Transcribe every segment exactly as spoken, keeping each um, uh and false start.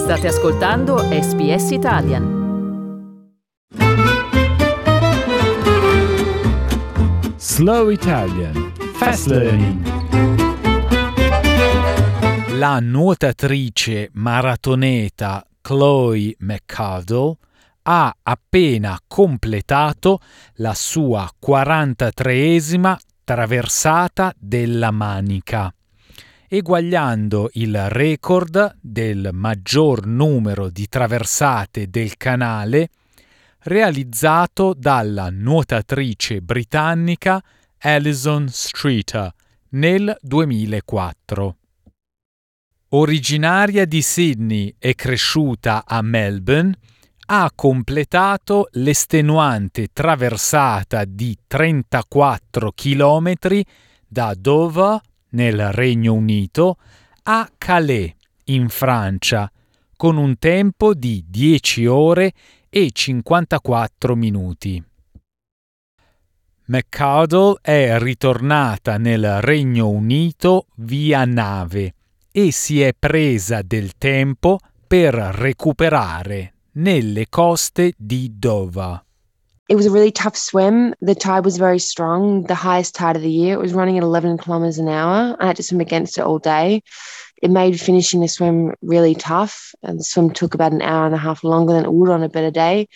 State ascoltando S B S Italian. Slow Italian Fast Learning. La nuotatrice maratoneta Chloe McArdle ha appena completato la sua quarantatreesima traversata della Manica, eguagliando il record del maggior numero di traversate del canale realizzato dalla nuotatrice britannica Alison Streeter nel duemilaquattro. Originaria di Sydney e cresciuta a Melbourne, ha completato l'estenuante traversata di trentaquattro chilometri da Dover, nel Regno Unito, a Calais, in Francia, con un tempo di dieci ore e cinquantaquattro minuti. McArdle è ritornata nel Regno Unito via nave e si è presa del tempo per recuperare nelle coste di Dover. It was a really tough swim. The tide was very strong, the highest tide of the year. It was running at eleven kilometers an hour. I had to swim against it all day. It made finishing the swim really tough, and the swim took about an hour and a half longer than it would on a better day.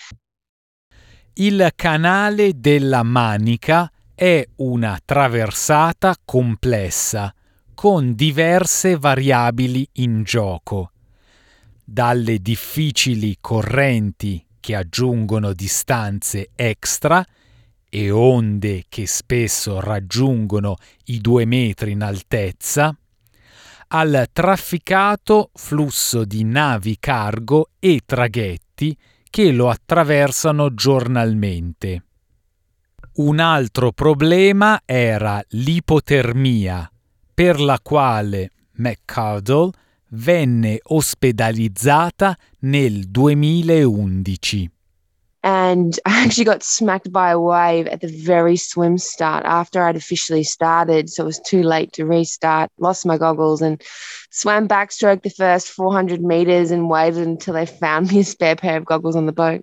Il canale della Manica è una traversata complessa, con diverse variabili in gioco, dalle difficili correnti che aggiungono distanze extra e onde che spesso raggiungono i due metri in altezza, al trafficato flusso di navi cargo e traghetti che lo attraversano giornalmente. Un altro problema era l'ipotermia, per la quale McArdle venne ospedalizzata nel duemilaundici. And I actually got smacked by a wave at the very swim start after I'd officially started, so it was too late to restart. Lost my goggles and swam backstroke the first four hundred meters and waited until they found me a spare pair of goggles on the boat.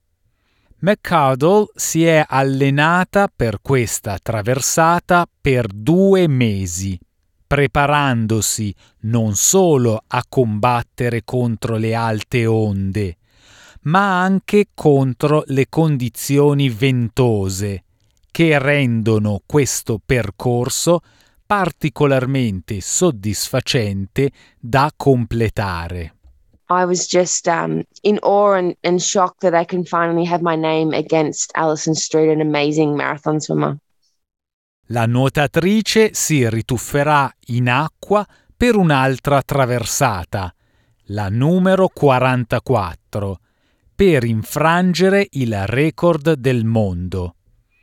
McArdle si è allenata per questa traversata per due mesi, preparandosi non solo a combattere contro le alte onde, ma anche contro le condizioni ventose, che rendono questo percorso particolarmente soddisfacente da completare. I was just um, in awe and, and shocked that I can finally have my name against Alison Street, an amazing marathon swimmer. La nuotatrice si ritufferà in acqua per un'altra traversata, la numero quarantaquattro, per infrangere il record del mondo.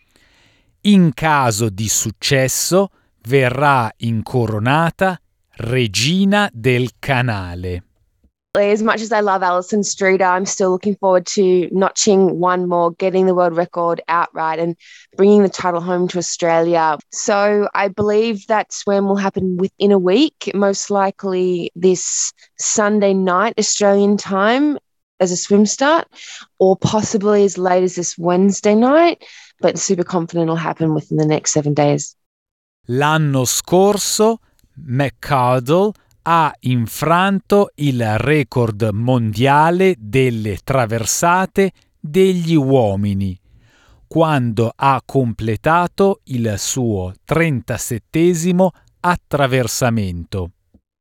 In caso di successo, verrà incoronata regina del canale. As much as I love Alison Streeter, I'm still looking forward to notching one more, getting the world record outright and bringing the title home to Australia. So I believe that swim will happen within a week, most likely this Sunday night Australian time as a swim start, or possibly as late as this Wednesday night, but super confident it'll happen within the next seven days. L'anno scorso McArdle ha infranto il record mondiale delle traversate degli uomini, quando ha completato il suo trentasettesimo attraversamento.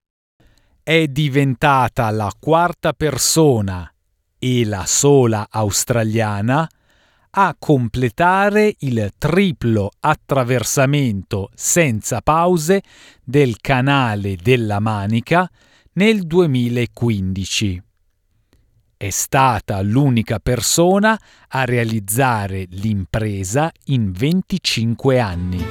È diventata la quarta persona e la sola australiana a completare il triplo attraversamento senza pause del canale della Manica nel duemilaquindici. È stata l'unica persona a realizzare l'impresa in venticinque anni.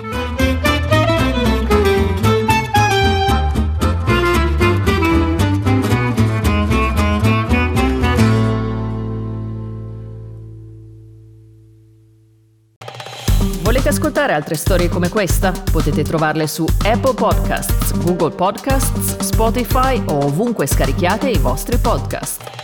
Volete ascoltare ascoltare altre storie come questa? Potete trovarle su Apple Podcasts, Google Podcasts, Spotify o ovunque scarichiate i vostri podcast.